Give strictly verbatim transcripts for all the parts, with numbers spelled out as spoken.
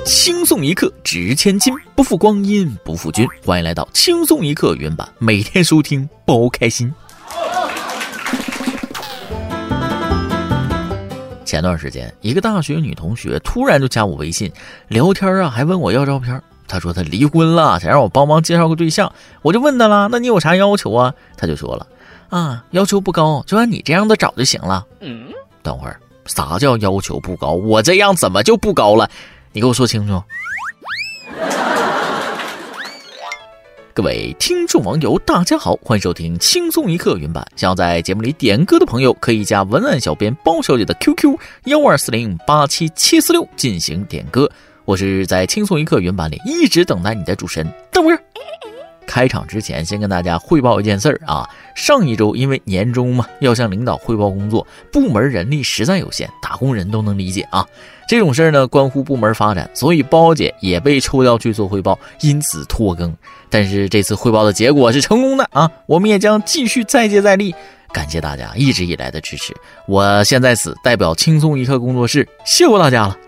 轻松一刻值千金，不负光阴不负君。欢迎来到轻松一刻原版，每天收听包开心。前段时间一个大学女同学突然就加我微信聊天啊，还问我要照片。她说她离婚了，想让我帮忙介绍个对象。我就问她了，那你有啥要求啊？她就说了啊，要求不高，就按你这样的找就行了。嗯，等会儿啥叫要求不高？我这样怎么就不高了？你给我说清楚。各位听众网友大家好，欢迎收听轻松一刻原版。想要在节目里点歌的朋友可以加文案小编包小姐的 Q Q 一二四零八七七四六进行点歌。我是在轻松一刻原版里一直等待你的主持人等会儿。开场之前先跟大家汇报一件事儿啊，上一周因为年终嘛，要向领导汇报工作，部门人力实在有限，打工人都能理解啊。这种事儿呢关乎部门发展，所以包姐也被抽调去做汇报，因此拖更。但是这次汇报的结果是成功的啊，我们也将继续再接再厉。感谢大家一直以来的支持，我现在此代表轻松一刻工作室谢过大家了。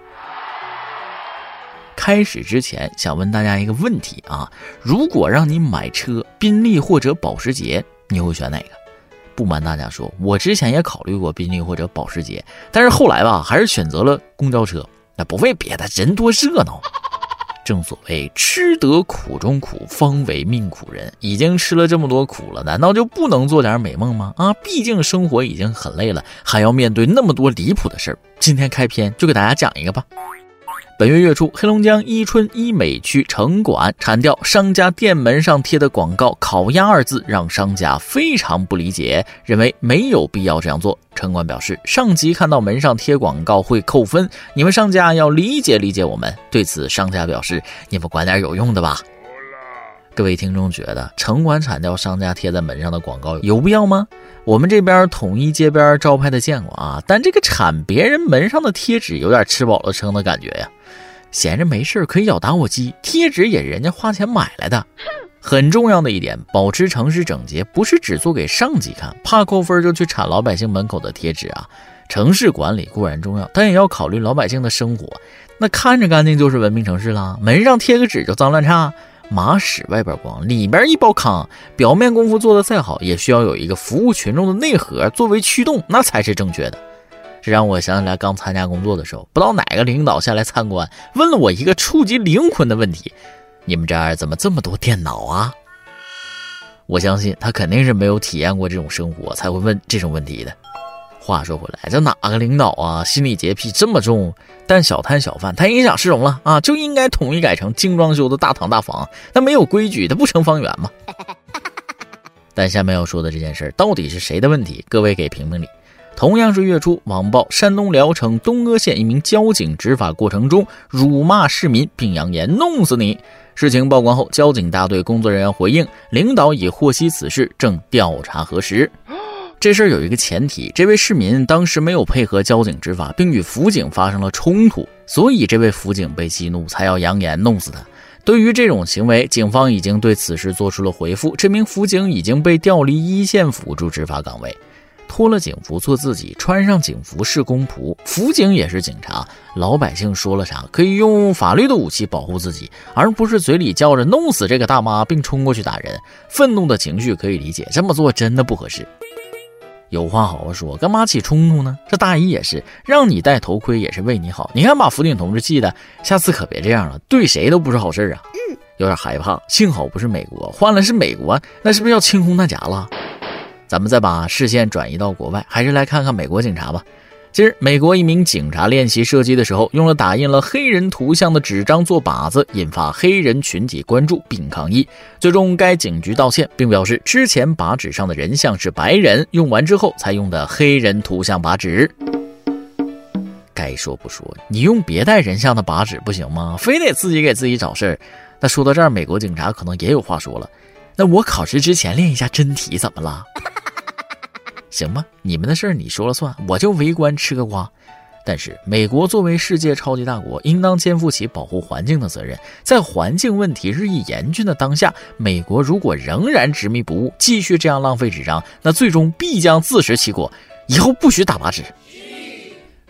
开始之前想问大家一个问题啊，如果让你买车，宾利或者保时捷，你会选哪个？不瞒大家说，我之前也考虑过宾利或者保时捷，但是后来吧，还是选择了公交车。那不为别的，人多热闹。正所谓吃得苦中苦，方为命苦人。已经吃了这么多苦了，难道就不能做点美梦吗？啊，毕竟生活已经很累了，还要面对那么多离谱的事儿。今天开篇就给大家讲一个吧。本月月初，黑龙江伊春医美区城管铲掉商家店门上贴的广告烤鸭二字，让商家非常不理解，认为没有必要这样做。城管表示，上级看到门上贴广告会扣分，你们商家要理解理解我们。对此，商家表示，你们管点有用的吧。各位听众觉得城管铲掉商家贴在门上的广告有必要吗？我们这边统一街边招牌的见过啊，但这个铲别人门上的贴纸有点吃饱了撑的感觉呀。闲着没事可以咬打火机，贴纸也是人家花钱买来的。很重要的一点，保持城市整洁不是只做给上级看，怕扣分就去铲老百姓门口的贴纸啊。城市管理固然重要，但也要考虑老百姓的生活。那看着干净就是文明城市啦，门上贴个纸就脏乱差。马屎外边光，里边一包糠，表面功夫做得再好，也需要有一个服务群众的内核作为驱动，那才是正确的。这让我想起来刚参加工作的时候，不知道哪个领导下来参观，问了我一个触及灵魂的问题：你们这儿怎么这么多电脑啊？我相信他肯定是没有体验过这种生活，才会问这种问题的。话说回来，这哪个领导啊心理洁癖这么重？但小摊小贩太影响市容了啊，就应该统一改成精装修的大堂大房。那没有规矩，它不成方圆吗？但下面要说的这件事到底是谁的问题？各位给评评理。同样是月初，网曝山东聊城东阿县一名交警执法过程中辱骂市民，并扬言弄死你。事情曝光后，交警大队工作人员回应，领导已获悉此事，正调查核实。这事儿有一个前提，这位市民当时没有配合交警执法，并与辅警发生了冲突，所以这位辅警被激怒，才要扬言弄死他。对于这种行为，警方已经对此事做出了回复，这名辅警已经被调离一线辅助执法岗位。脱了警服做自己，穿上警服是公仆，辅警也是警察。老百姓说了啥，可以用法律的武器保护自己，而不是嘴里叫着弄死这个大妈并冲过去打人。愤怒的情绪可以理解，这么做真的不合适。有话好好说，干嘛起冲突呢？这大姨也是，让你戴头盔也是为你好，你看把辅警同志气的，下次可别这样了，对谁都不是好事啊。有点害怕，幸好不是美国，换了是美国，那是不是要清空大家了？咱们再把视线转移到国外，还是来看看美国警察吧。近日，美国一名警察练习射击的时候，用了打印了黑人图像的纸张做靶子，引发黑人群体关注并抗议。最终，该警局道歉，并表示之前靶纸上的人像是白人，用完之后才用的黑人图像靶纸。该说不说，你用别带人像的靶纸不行吗？非得自己给自己找事儿。那说到这儿，美国警察可能也有话说了。那我考试之前练一下真题怎么了？行吧，你们的事儿你说了算，我就围观吃个瓜。但是美国作为世界超级大国，应当肩负起保护环境的责任。在环境问题日益严峻的当下，美国如果仍然执迷不悟，继续这样浪费纸张，那最终必将自食其果，以后不许打靶纸。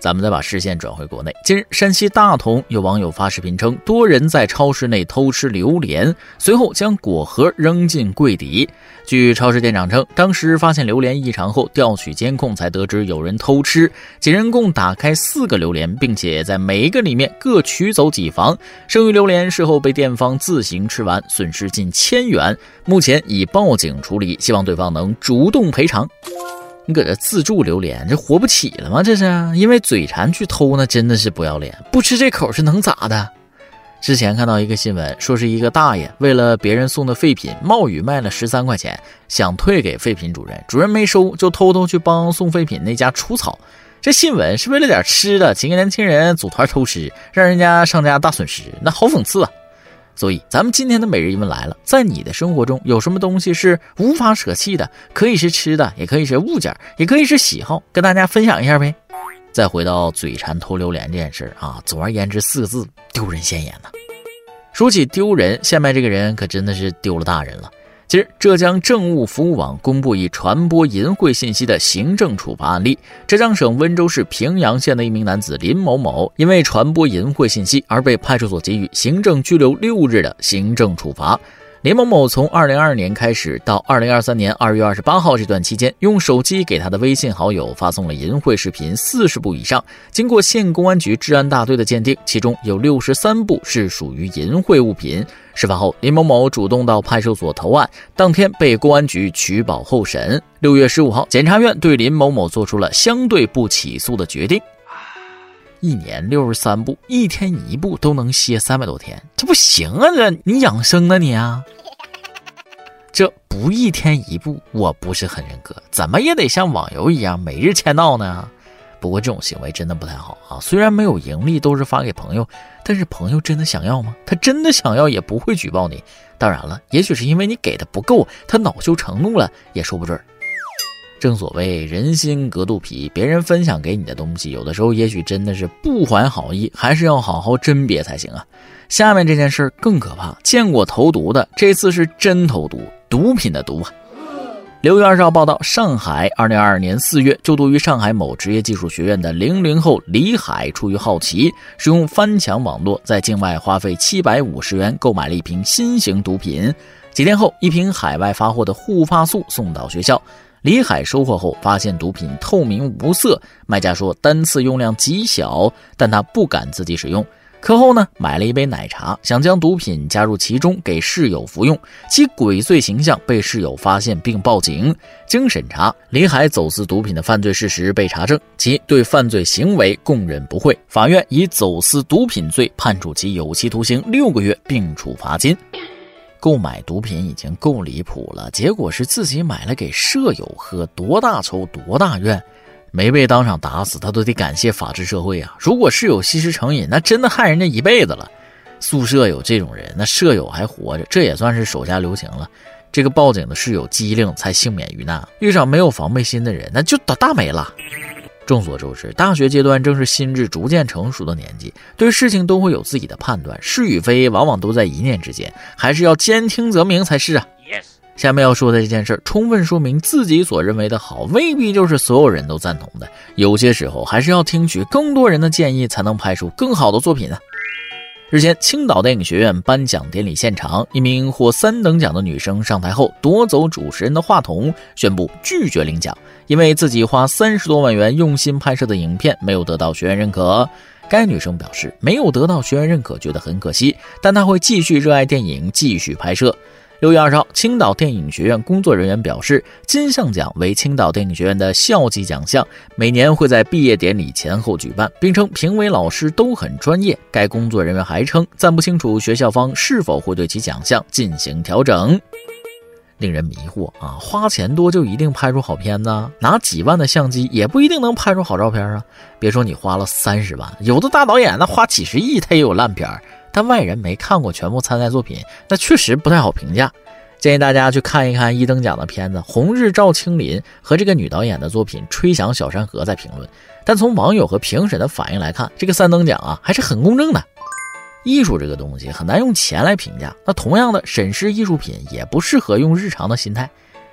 咱们再把视线转回国内。近日，山西大同有网友发视频称，多人在超市内偷吃榴莲，随后将果核扔进柜底。据超市店长称，当时发现榴莲异常后，调取监控才得知有人偷吃。几人共打开四个榴莲，并且在每一个里面各取走几房，剩余榴莲事后被店方自行吃完，损失近千元。目前已报警处理，希望对方能主动赔偿。你搁这自助榴莲，这活不起了吗？这是因为嘴馋去偷呢，真的是不要脸，不吃这口是能咋的？之前看到一个新闻，说是一个大爷为了别人送的废品，冒雨卖了十三块钱，想退给废品主人，主人没收，就偷偷去帮送废品那家除草。这新闻是为了点吃的，几个年轻人组团偷吃，让人家商家大损失，那好讽刺啊！所以咱们今天的每日一问来了，在你的生活中有什么东西是无法舍弃的？可以是吃的，也可以是物件，也可以是喜好，跟大家分享一下呗。再回到嘴馋偷榴莲这件事啊，总而言之四个字，丢人现眼呐。说起丢人，下面这个人可真的是丢了大人了。近日，浙江政务服务网公布以传播淫秽信息的行政处罚案例。浙江省温州市平阳县的一名男子林某某，因为传播淫秽信息而被派出所给予行政拘留六日的行政处罚。林某某从二零二二年开始到二零二三年二月二十八号这段期间，用手机给他的微信好友发送了淫秽视频四十部以上。经过县公安局治安大队的鉴定，其中有六十三部是属于淫秽物品。事发后，林某某主动到派出所投案，当天被公安局取保候审。六月十五号，检察院对林某某做出了相对不起诉的决定。一年六十三部，一天一部都能歇三百多天，这不行啊！这你养生呢你啊？这不一天一部，我不是很认可，怎么也得像网游一样每日签到呢？不过这种行为真的不太好啊！虽然没有盈利，都是发给朋友，但是朋友真的想要吗？他真的想要也不会举报你。当然了，也许是因为你给的不够，他恼羞成怒了，也说不准。正所谓人心隔肚皮，别人分享给你的东西，有的时候也许真的是不怀好意，还是要好好甄别才行啊。下面这件事更可怕，见过投毒的，这次是真投毒，毒品的毒啊。六月二十号报道，上海二零二二年四月就读于上海某职业技术学院的零零后李海，出于好奇，使用翻墙网络在境外花费七百五十元购买了一瓶新型毒品。几天后，一瓶海外发货的护发素送到学校。李海收货后发现毒品透明无色，卖家说单次用量极小，但他不敢自己使用。课后呢，买了一杯奶茶，想将毒品加入其中给室友服用，其鬼祟形象被室友发现并报警。经审查，李海走私毒品的犯罪事实被查证，其对犯罪行为供认不讳。法院以走私毒品罪判处其有期徒刑六个月，并处罚金。购买毒品已经够离谱了，结果是自己买了给舍友喝，多大仇多大怨，没被当场打死他都得感谢法治社会啊！如果室友吸食成瘾，那真的害人家一辈子了。宿舍有这种人，那舍友还活着，这也算是手下留情了。这个报警的室友机灵才幸免于难，遇上没有防备心的人，那就倒大霉了。众所周知，大学阶段正是心智逐渐成熟的年纪，对事情都会有自己的判断，是与非往往都在一念之间，还是要兼听则明才是啊。Yes. 下面要说的这件事，充分说明自己所认为的好，未必就是所有人都赞同的，有些时候还是要听取更多人的建议，才能拍出更好的作品啊。日前，青岛电影学院颁奖典礼现场，一名获三等奖的女生上台后夺走主持人的话筒，宣布拒绝领奖，因为自己花三十多万元用心拍摄的影片没有得到学院认可。该女生表示，没有得到学院认可觉得很可惜，但她会继续热爱电影，继续拍摄。六月二十号，青岛电影学院工作人员表示，金像奖为青岛电影学院的校级奖项，每年会在毕业典礼前后举办，并称评委老师都很专业。该工作人员还称，暂不清楚学校方是否会对其奖项进行调整。令人迷惑啊！花钱多就一定拍出好片子？拿几万的相机也不一定能拍出好照片啊！别说你花了三十万，有的大导演那花几十亿他也有烂片，但外人没看过全部参赛作品，那确实不太好评价。建议大家去看一看一等奖的片子《红日照青林》和这个女导演的作品《吹响小山河》再评论。但从网友和评审的反应来看，这个三等奖啊还是很公正的。艺术这个东西很难用钱来评价，那同样的，审视艺术品也不适合用日常的心态。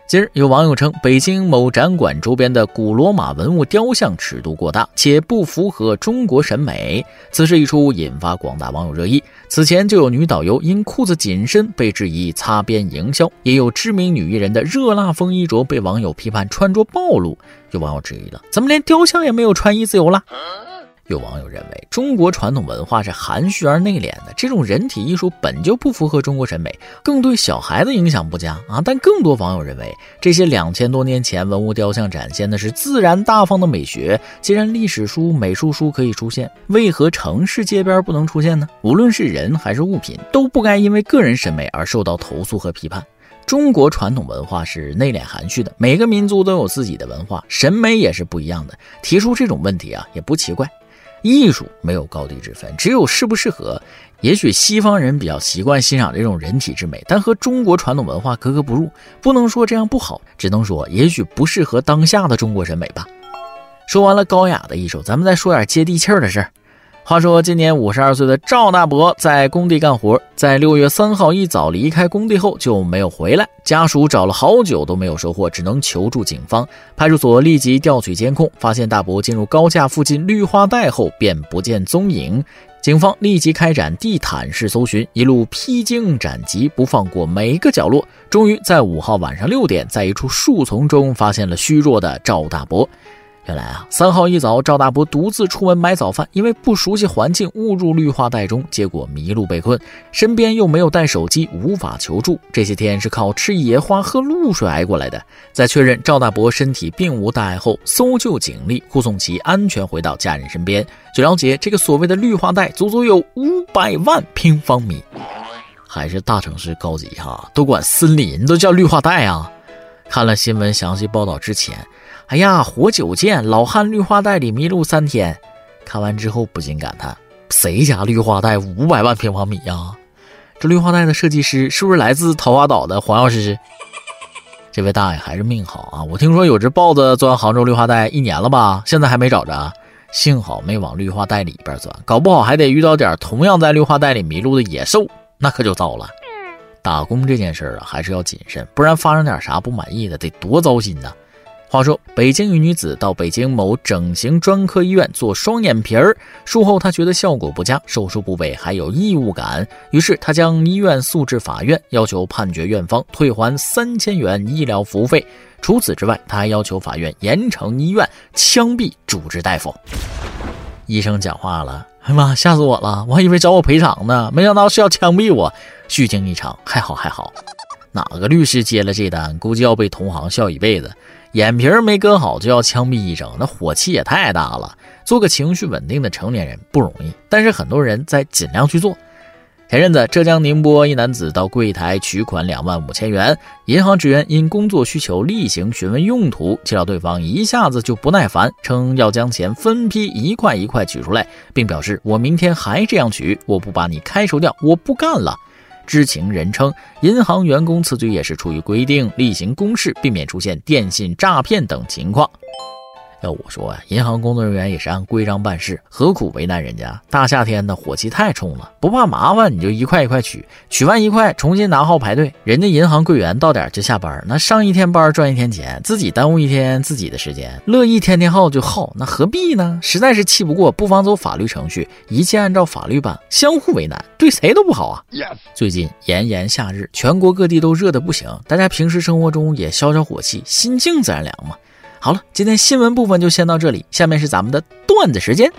近日有网友称，北京某展馆周边的古罗马文物雕像尺度过大，且不符合中国审美。此事一出，引发广大网友热议。此前就有女导游因裤子紧身被质疑擦边营销，也有知名女艺人的热辣风衣着被网友批判穿着暴露。有网友质疑了，怎么连雕像也没有穿衣自由了？有网友认为，中国传统文化是含蓄而内敛的，这种人体艺术本就不符合中国审美，更对小孩子影响不佳啊！但更多网友认为，这些两千多年前文物雕像展现的是自然大方的美学，既然历史书、美术书可以出现，为何城市街边不能出现呢？无论是人还是物品，都不该因为个人审美而受到投诉和批判。中国传统文化是内敛含蓄的，每个民族都有自己的文化，审美也是不一样的。提出这种问题啊，也不奇怪。艺术没有高低之分，只有适不适合。也许西方人比较习惯欣赏这种人体之美，但和中国传统文化格格不入，不能说这样不好，只能说也许不适合当下的中国审美吧。说完了高雅的艺术，咱们再说点接地气儿的事儿。话说今年五十二岁的赵大伯在工地干活，在六月三号一早离开工地后就没有回来，家属找了好久都没有收获，只能求助警方。派出所立即调取监控，发现大伯进入高架附近绿化带后便不见踪影。警方立即开展地毯式搜寻，一路披荆斩棘，不放过每个角落，终于在五号晚上六点，在一处树丛中发现了虚弱的赵大伯。原来啊，三号一早，赵大伯独自出门买早饭，因为不熟悉环境，误入绿化带中，结果迷路被困，身边又没有带手机，无法求助。这些天是靠吃野花、喝露水挨过来的。在确认赵大伯身体并无大碍后，搜救警力护送其安全回到家人身边。据了解，这个所谓的绿化带足足有五百万平方米，还是大城市高级哈，都管森林都叫绿化带啊。看了新闻详细报道之前，哎呀，活久见，老汉绿化带里迷路三天。看完之后不禁感叹，谁家绿化带五百万平方米呀？这绿化带的设计师是不是来自桃花岛的黄药师？这位大爷还是命好啊！我听说有只豹子钻杭州绿化带一年了吧，现在还没找着，幸好没往绿化带里边钻，搞不好还得遇到点同样在绿化带里迷路的野兽，那可就糟了。打工这件事啊，还是要谨慎，不然发生点啥不满意的，得多糟心呢。话说，北京一女子到北京某整形专科医院做双眼皮儿，术后她觉得效果不佳，手术部位还有异物感，于是她将医院诉至法院，要求判决院方退还三千元医疗服务费。除此之外，她还要求法院严惩医院枪毙主治大夫。医生讲话了，哎妈，吓死我了，我还以为找我赔偿呢，没想到是要枪毙我，虚惊一场，还好还好。哪个律师接了这单，估计要被同行笑一辈子。眼皮儿没割好就要枪毙医生，那火气也太大了。做个情绪稳定的成年人不容易，但是很多人在尽量去做。前阵子，浙江宁波一男子到柜台取款两万五千元，银行职员因工作需求例行询问用途，岂料对方一下子就不耐烦，称要将钱分批一块一块取出来，并表示我明天还这样取，我不把你开除掉，我不干了。知情人称，银行员工此举也是出于规定，例行公事，避免出现电信诈骗等情况。要我说啊，银行工作人员也是按规章办事，何苦为难人家？大夏天的火气太冲了，不怕麻烦你就一块一块取，取完一块重新拿号排队。人家银行柜员到点就下班，那上一天班赚一天钱，自己耽误一天自己的时间，乐意天天耗就耗，那何必呢？实在是气不过，不妨走法律程序，一切按照法律办，相互为难，对谁都不好啊。Yes. 最近炎炎夏日，全国各地都热得不行，大家平时生活中也消消火气，心静自然凉嘛。好了，今天新闻部分就先到这里，下面是咱们的段子时间。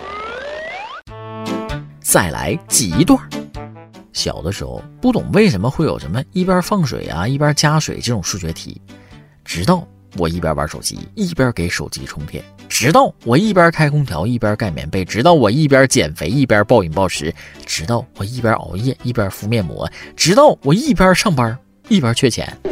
再来记一段。小的时候不懂为什么会有什么一边放水啊一边加水这种数学题，直到我一边玩手机一边给手机充电，直到我一边开空调一边盖棉被，直到我一边减肥一边暴饮暴食，直到我一边熬夜一边敷面膜，直到我一边上班一边缺钱。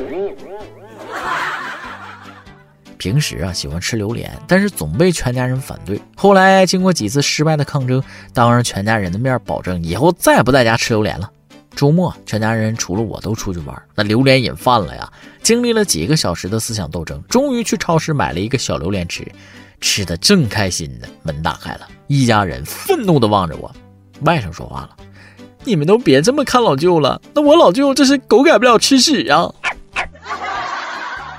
平时啊喜欢吃榴莲，但是总被全家人反对。后来经过几次失败的抗争，当着全家人的面保证以后再也不在家吃榴莲了。周末全家人除了我都出去玩，那榴莲瘾犯了呀。经历了几个小时的思想斗争，终于去超市买了一个小榴莲吃，吃得正开心的，门打开了，一家人愤怒地望着我。外甥说话了：你们都别这么看老舅了，那我老舅这是狗改不了吃屎啊。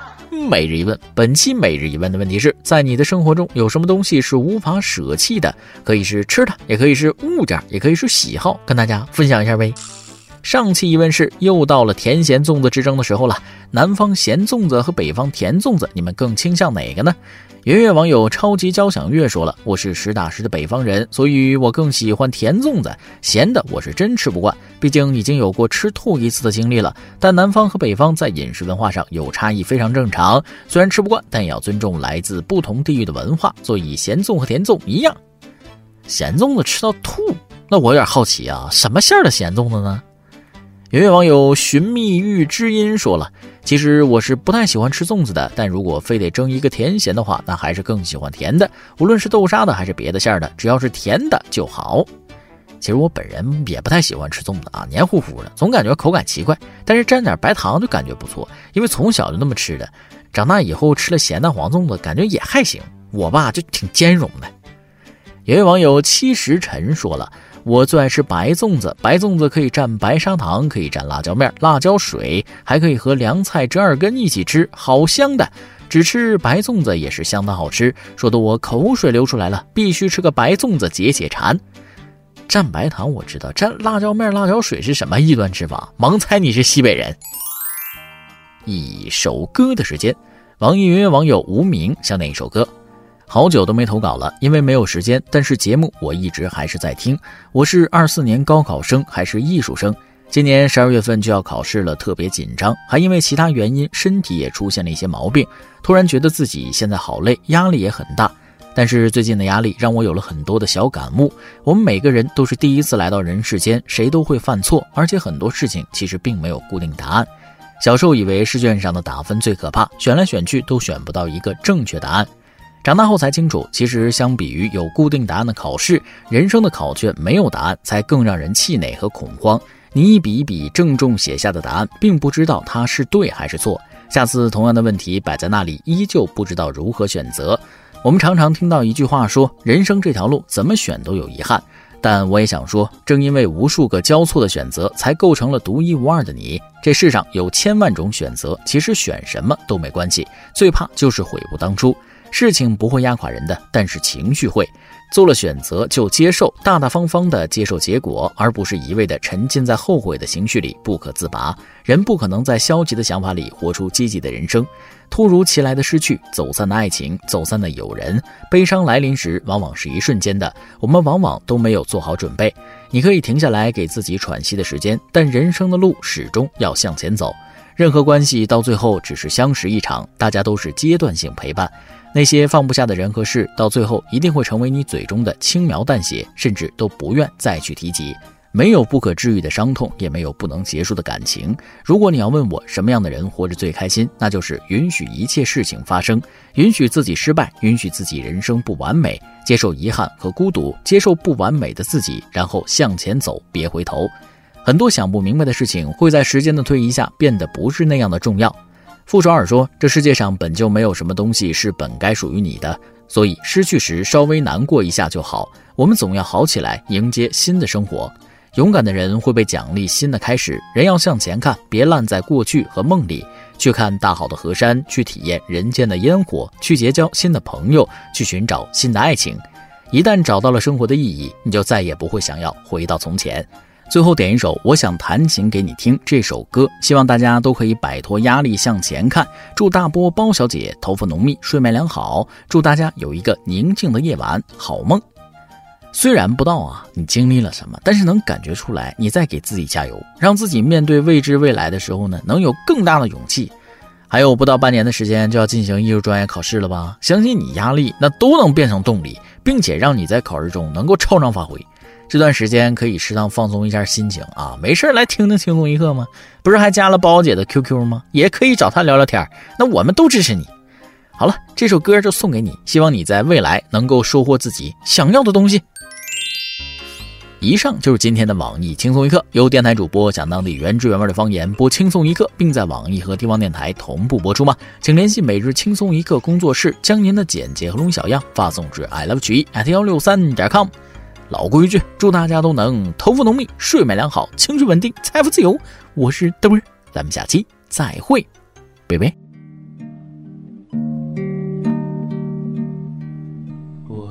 每日一问，本期每日一问的问题是，在你的生活中有什么东西是无法舍弃的？可以是吃的，也可以是物件，也可以是喜好，跟大家分享一下呗。上期疑问是，又到了甜咸粽子之争的时候了，南方咸粽子和北方甜粽子，你们更倾向哪个呢？圆月网友超级交响乐说了，我是实打实的北方人，所以我更喜欢甜粽子，咸的我是真吃不惯，毕竟已经有过吃吐一次的经历了。但南方和北方在饮食文化上有差异，非常正常，虽然吃不惯，但也要尊重来自不同地域的文化，所以咸粽和甜粽一样。咸粽子吃到吐，那我有点好奇啊，什么馅的咸粽子呢？圆月网友寻觅玉知音说了，其实我是不太喜欢吃粽子的，但如果非得争一个甜咸的话，那还是更喜欢甜的，无论是豆沙的还是别的馅的，只要是甜的就好。其实我本人也不太喜欢吃粽子啊，黏糊糊的，总感觉口感奇怪，但是沾点白糖就感觉不错，因为从小就那么吃的，长大以后吃了咸蛋黄粽子感觉也还行，我吧就挺兼容的。有位网友七时辰说了，我最爱吃白粽子，白粽子可以蘸白砂糖，可以蘸辣椒面、辣椒水，还可以和凉菜折耳根一起吃，好香的。只吃白粽子也是相当好吃，说的我口水流出来了，必须吃个白粽子解解馋。蘸白糖我知道，蘸辣椒面、辣椒水是什么异端吃法？盲猜你是西北人。一首歌的时间，网易云网友无名想哪一首歌？好久都没投稿了，因为没有时间，但是节目我一直还是在听。我是二四年高考生，还是艺术生，今年十二月份就要考试了，特别紧张，还因为其他原因身体也出现了一些毛病，突然觉得自己现在好累，压力也很大。但是最近的压力让我有了很多的小感悟，我们每个人都是第一次来到人世间，谁都会犯错，而且很多事情其实并没有固定答案。小时候以为试卷上的打分最可怕，选来选去都选不到一个正确答案。长大后才清楚，其实相比于有固定答案的考试，人生的考卷没有答案才更让人气馁和恐慌。你一笔一笔郑重写下的答案，并不知道它是对还是错，下次同样的问题摆在那里，依旧不知道如何选择。我们常常听到一句话说，人生这条路怎么选都有遗憾，但我也想说，正因为无数个交错的选择，才构成了独一无二的你。这世上有千万种选择，其实选什么都没关系，最怕就是悔不当初。事情不会压垮人的，但是情绪会。做了选择就接受，大大方方的接受结果，而不是一味的沉浸在后悔的情绪里不可自拔。人不可能在消极的想法里活出积极的人生。突如其来的失去，走散的爱情，走散的友人，悲伤来临时往往是一瞬间的，我们往往都没有做好准备。你可以停下来给自己喘息的时间，但人生的路始终要向前走。任何关系到最后只是相识一场，大家都是阶段性陪伴。那些放不下的人和事，到最后一定会成为你嘴中的轻描淡写，甚至都不愿再去提及。没有不可治愈的伤痛，也没有不能结束的感情。如果你要问我什么样的人活着最开心，那就是允许一切事情发生，允许自己失败，允许自己人生不完美，接受遗憾和孤独，接受不完美的自己，然后向前走，别回头。很多想不明白的事情，会在时间的推移下变得不是那样的重要。傅首尔说，这世界上本就没有什么东西是本该属于你的，所以失去时稍微难过一下就好。我们总要好起来，迎接新的生活。勇敢的人会被奖励新的开始，人要向前看，别烂在过去和梦里，去看大好的河山，去体验人间的烟火，去结交新的朋友，去寻找新的爱情。一旦找到了生活的意义，你就再也不会想要回到从前。最后点一首我想弹琴给你听这首歌，希望大家都可以摆脱压力向前看。祝大波包小姐头发浓密，睡眠良好，祝大家有一个宁静的夜晚，好梦。虽然不知道啊你经历了什么，但是能感觉出来你在给自己加油，让自己面对未知未来的时候呢，能有更大的勇气。还有不到半年的时间就要进行艺术专业考试了吧，相信你压力那都能变成动力，并且让你在考试中能够超常发挥。这段时间可以适当放松一下心情啊，没事来听听轻松一刻吗？不是还加了包姐的 Q Q 吗？也可以找她聊聊天，那我们都支持你。好了，这首歌就送给你，希望你在未来能够收获自己想要的东西。以上就是今天的网易轻松一刻，由电台主播讲当地原汁原味的方言播轻松一刻，并在网易和地方电台同步播出吗？请联系每日轻松一刻工作室，将您的简介和录音小样发送至 i love 曲艺 at 一六三点 com。老规矩，祝大家都能头发浓密，睡眠良好，情绪稳定，财富自由。我是嘚儿，咱们下期再会，拜拜。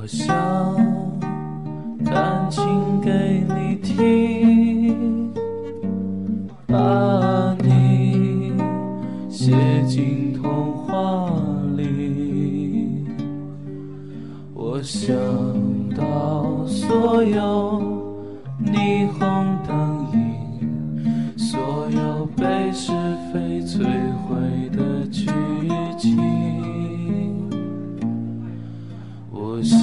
想弹琴给你听，把你写进童话里。我想到所有霓虹灯影，所有被是非摧毁的剧情。我想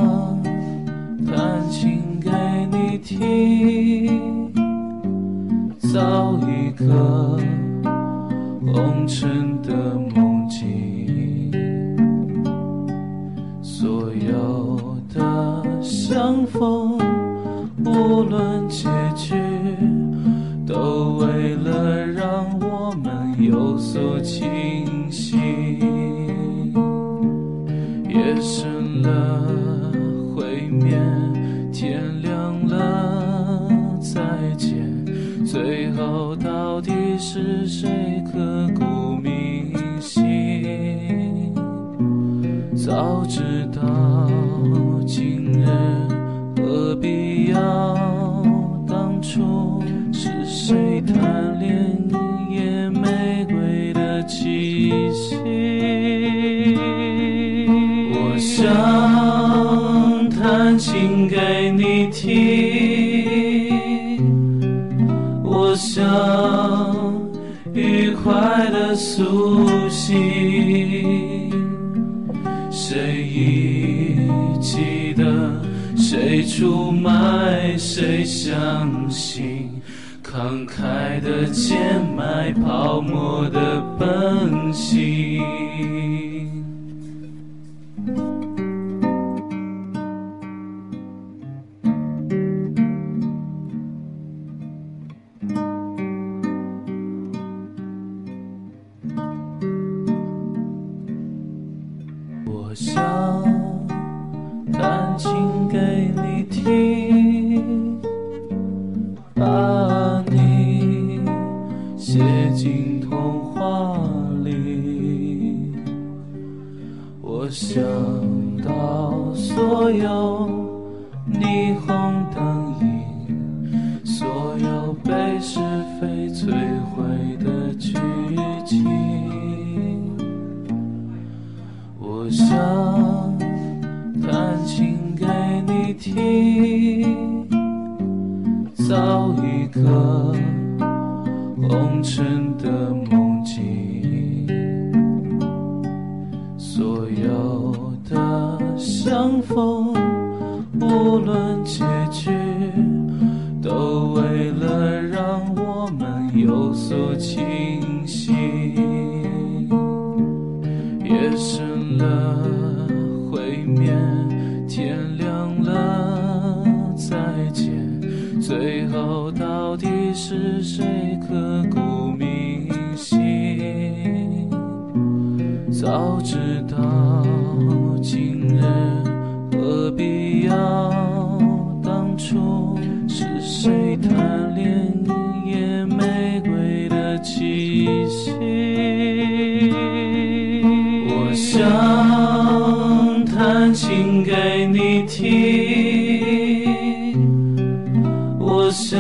弹琴给你听，造一个红尘的梦境，所有的相逢无论结局，都为了让我们有所清醒。夜深了会面，天亮了再见，最后到底是谁刻骨铭心？早知道今日何必要当初，是谁贪恋一夜玫瑰的气息？我想弹琴给你听，我想愉快的苏醒，谁遗弃的，谁出卖，谁相信，慷慨的贱卖泡沫的本性。我想弹琴给你听，把你写进童话里。我想到所有霓虹灯影，所有被是非摧毁的剧情。我想弹琴给你听，造一个红尘的梦境，所有的相逢无论结局，都为了让我们有所清醒。夜深了会面，天亮了再见，最后到底是谁刻骨铭心？早知道今日何必要当初，是谁贪恋一夜玫瑰的气息？我想弹琴给你听，我想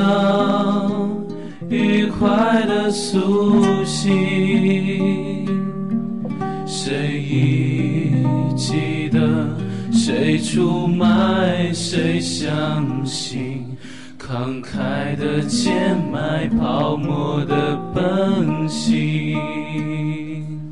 愉快的苏醒，谁遗弃的，谁出卖，谁相信，慷慨的贱卖泡沫的本性。